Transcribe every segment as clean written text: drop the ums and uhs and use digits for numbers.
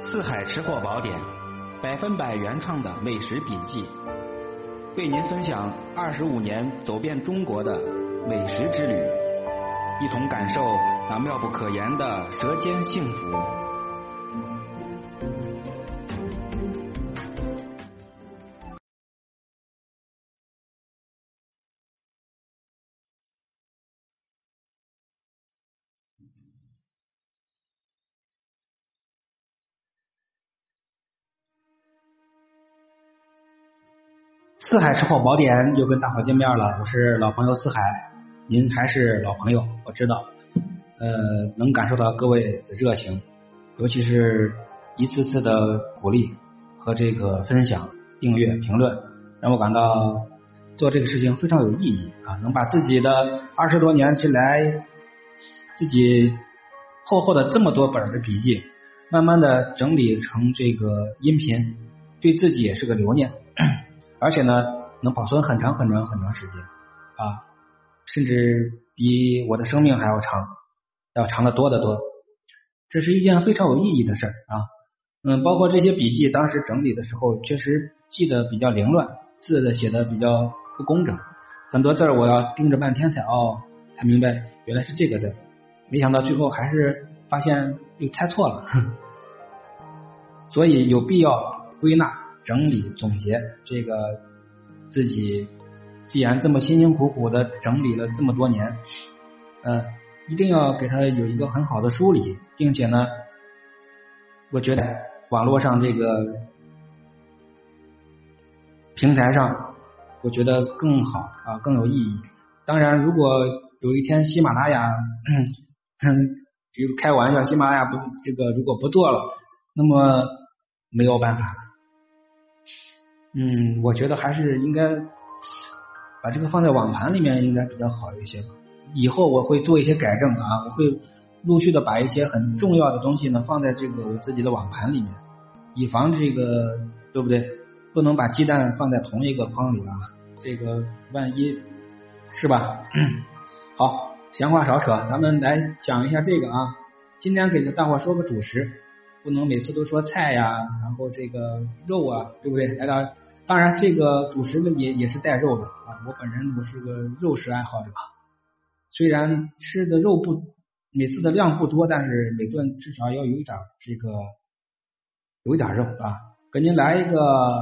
四海吃货宝典，100%原创的美食笔记，为您分享25年走遍中国的美食之旅，一同感受那妙不可言的舌尖幸福。四海吃货宝典又跟大伙见面了，我是老朋友四海，您还是老朋友，我知道，能感受到各位的热情，尤其是一次次的鼓励和这个分享、订阅、评论，让我感到做这个事情非常有意义啊！能把自己的20多年之来自己厚厚的这么多本的笔记，慢慢的整理成这个音频，对自己也是个留念。而且呢，能保存很长时间啊，甚至比我的生命还要长，要长得多得多。这是一件非常有意义的事啊。包括这些笔记，当时整理的时候，确实记得比较凌乱，字的写的比较不工整，很多字我要盯着半天才明白原来是这个字，没想到最后还是发现又猜错了，所以有必要归纳。整理总结这个自己既然这么辛辛苦苦的整理了这么多年，一定要给它有一个很好的梳理，并且呢，我觉得网络上这个平台上，我觉得更好啊，更有意义。当然，如果有一天喜马拉雅，比如开玩笑，喜马拉雅如果不做了，那么没有办法。我觉得还是应该把这个放在网盘里面应该比较好一些吧。以后我会做一些改正啊，我会陆续的把一些很重要的东西呢放在这个我自己的网盘里面，以防这个对不对？不能把鸡蛋放在同一个筐里啊，这个万一是吧？好，闲话少扯，咱们来讲一下这个啊。今天给大伙说个主食，不能每次都说菜呀，然后这个肉啊，对不对？当然这个主食呢也是带肉的啊。我本人是个肉食爱好者，虽然吃的肉每次的量不多，但是每顿至少要有一点肉啊。给您来一个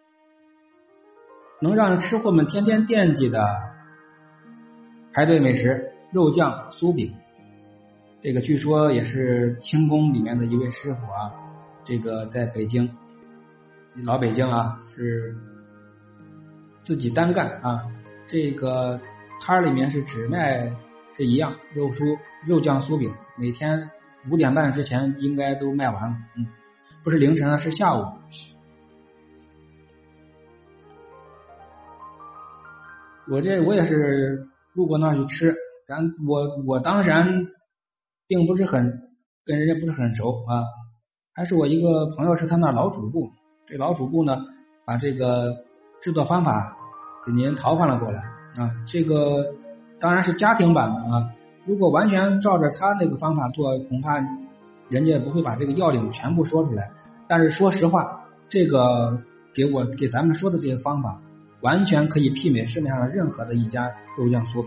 能让吃货们天天惦记的排队美食——肉酱酥饼。这个据说也是清宫里面的一位师傅啊，这个在北京老北京啊，是自己单干啊。这个摊里面是只卖这一样肉酱酥饼，每天5点半之前应该都卖完了。不是凌晨啊，是下午。我也是路过那儿去吃，我当然并不是跟人家不是很熟啊，还是我一个朋友是他那老主顾，这老主顾呢把这个制作方法给您淘换了过来啊，这个当然是家庭版的啊，如果完全照着他那个方法做，恐怕人家不会把这个要领全部说出来。但是说实话，这个给咱们说的这些方法，完全可以媲美市面上任何的一家肉酱酥饼。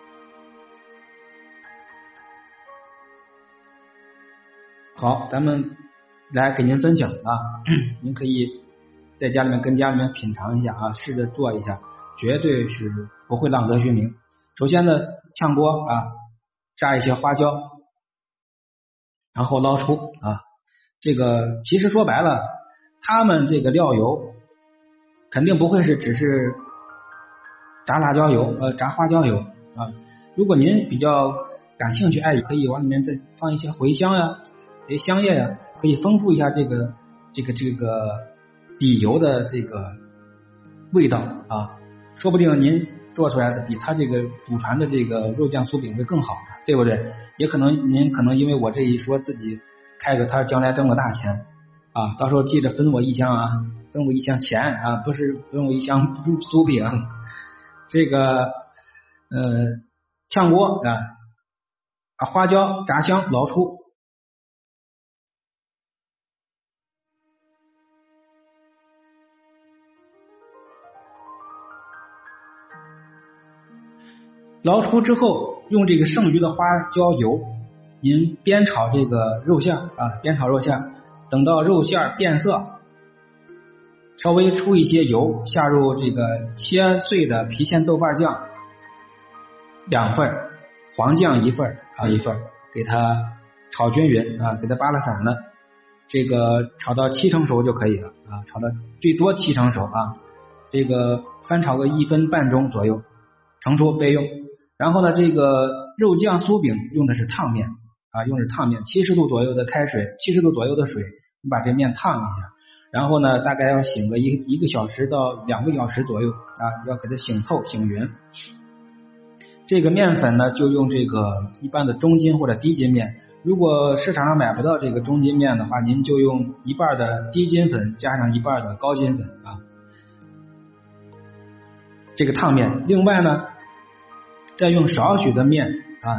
好，咱们来给您分享啊，您可以在家里面跟家里面品尝一下啊，试着做一下，绝对是不会浪得虚名。首先呢，炝锅啊，炸一些花椒，然后捞出啊。这个其实说白了，他们这个料油肯定不会是只是炸辣椒油炸花椒油啊。如果您比较感兴趣，可以往里面再放一些茴香呀、香叶呀，可以丰富一下这个底油的这个味道啊。说不定您做出来的比他这个祖传的这个肉酱酥饼会更好，对不对？也可能您因为我这一说自己开个摊，将来挣个大钱啊，到时候记得分我一箱啊，分我一箱钱啊，不是分我一箱酥饼。这个炝锅啊，把花椒炸香捞出， 捞出之后，用这个剩余的花椒油，您煸炒这个肉馅煸炒肉馅，等到肉馅变色，稍微出一些油，下入这个切碎的郫县豆瓣酱2份，黄酱1份1份，给它炒均匀给它扒拉散了，这个炒到7成熟就可以了炒到最多7成熟这个翻炒个1分半钟左右，盛出备用。然后呢，这个肉酱酥饼用的是烫面用的是烫面，70度左右的开水，70度左右的水，你把这面烫一下，然后呢，大概要醒个1个小时到2个小时左右要给它醒透醒匀。这个面粉呢，就用这个一般的中筋或者低筋面，如果市场上买不到这个中筋面的话，您就用1半的低筋粉加上1半的高筋粉这个烫面。另外呢，再用少许的面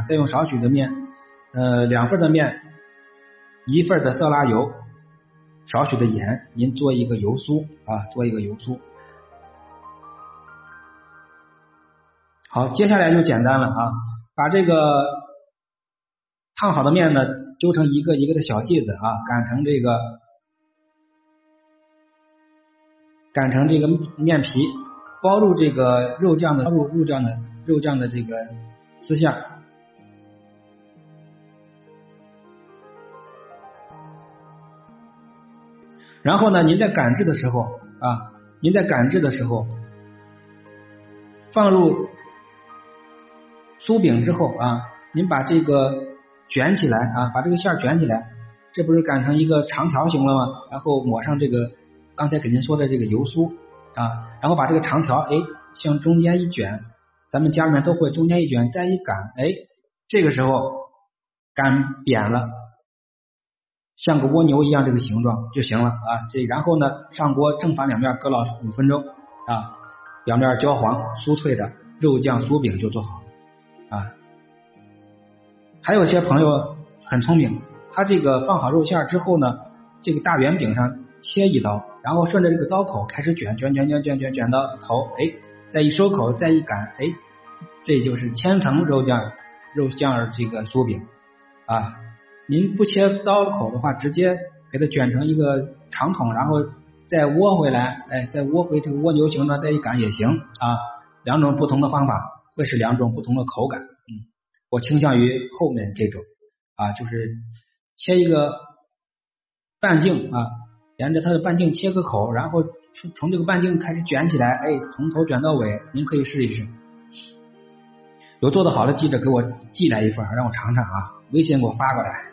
2份的面，1份的色拉油，少许的盐，您做一个油酥做一个油酥。好，接下来就简单了把这个烫好的面呢揪成一个一个的小剂子擀成这个面皮，包入这个肉酱的这个丝馅。然后呢，您在擀制的时候放入酥饼之后您把这个卷起来把这个馅卷起来，这不是擀成一个长条形了吗？然后抹上这个刚才给您说的这个油酥然后把这个长条向中间一卷，咱们家里面都会中间一卷再一擀，这个时候擀扁了，像个蜗牛一样这个形状就行了然后呢，上锅正反两面各烙5分钟表面焦黄酥脆的肉酱酥饼就做好还有些朋友很聪明，他这个放好肉馅之后呢，这个大圆饼上切一刀，然后顺着这个刀口开始卷到头，再一收口再一擀，这就是千层肉酱这个酥饼您不切刀口的话，直接给它卷成一个长筒，然后再窝回来，再窝回这个蜗牛形状再一擀也行2种不同的方法会是2种不同的口感。我倾向于后面这种就是切一个半径沿着它的半径切个口，然后从这个半径开始卷起来，从头卷到尾，您可以试一试。有做得好的记者给我寄来一份让我尝尝微信给我发过来。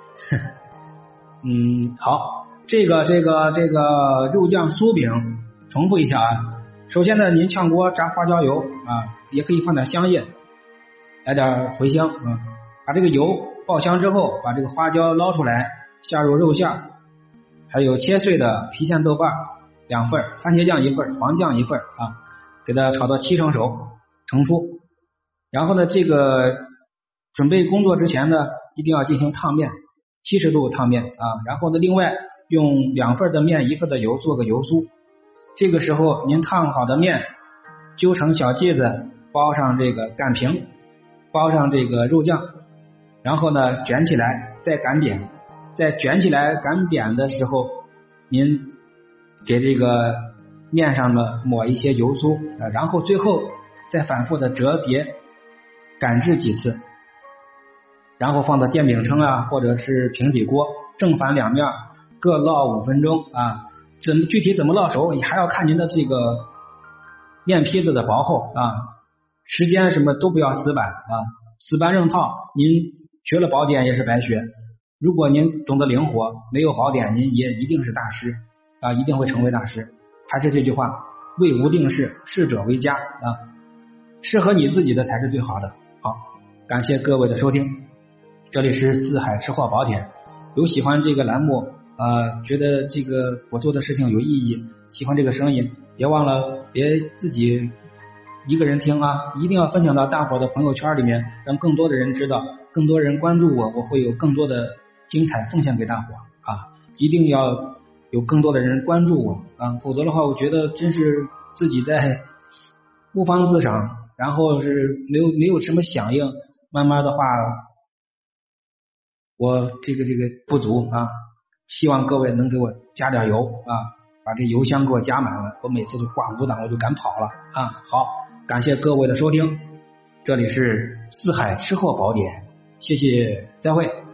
好，这个肉酱酥饼重复一下首先呢，您炝锅炸花椒油也可以放点香叶，来点茴香把这个油爆香之后，把这个花椒捞出来，下入肉馅，还有切碎的郫县豆瓣2份，番茄酱1份，黄酱1份给它炒到7成熟，盛出。然后呢，这个准备工作之前呢，一定要进行烫面，70度烫面然后呢，另外用2份的面1份的油做个油酥。这个时候您烫好的面揪成小剂子，包上这个擀平，包上这个肉酱，然后呢卷起来再擀扁，在卷起来擀扁的时候，您给这个面上呢抹一些油酥然后最后再反复的折叠擀制几次，然后放到电饼铛或者是平底锅，正反两面各烙5分钟具体怎么烙熟还要看您的这个面坯子的薄厚时间什么都不要死板死板硬套，您学了宝典也是白学。如果您懂得灵活，没有宝典您也一定是大师一定会成为大师。还是这句话，位无定式，适者为佳适合你自己的才是最好的。好，感谢各位的收听，这里是四海吃货宝典。有喜欢这个栏目觉得这个我做的事情有意义，喜欢这个声音，别忘了别自己一个人听一定要分享到大伙的朋友圈里面，让更多的人知道，更多人关注我，我会有更多的精彩奉献给大伙一定要有更多的人关注我否则的话，我觉得真是自己在孤芳自赏然后是没有什么响应，慢慢的话，我这个不足啊，希望各位能给我加点油啊，把这油箱给我加满了，我每次都挂5档我就敢跑了啊。好，感谢各位的收听，这里是四海吃货宝典，谢谢，再会。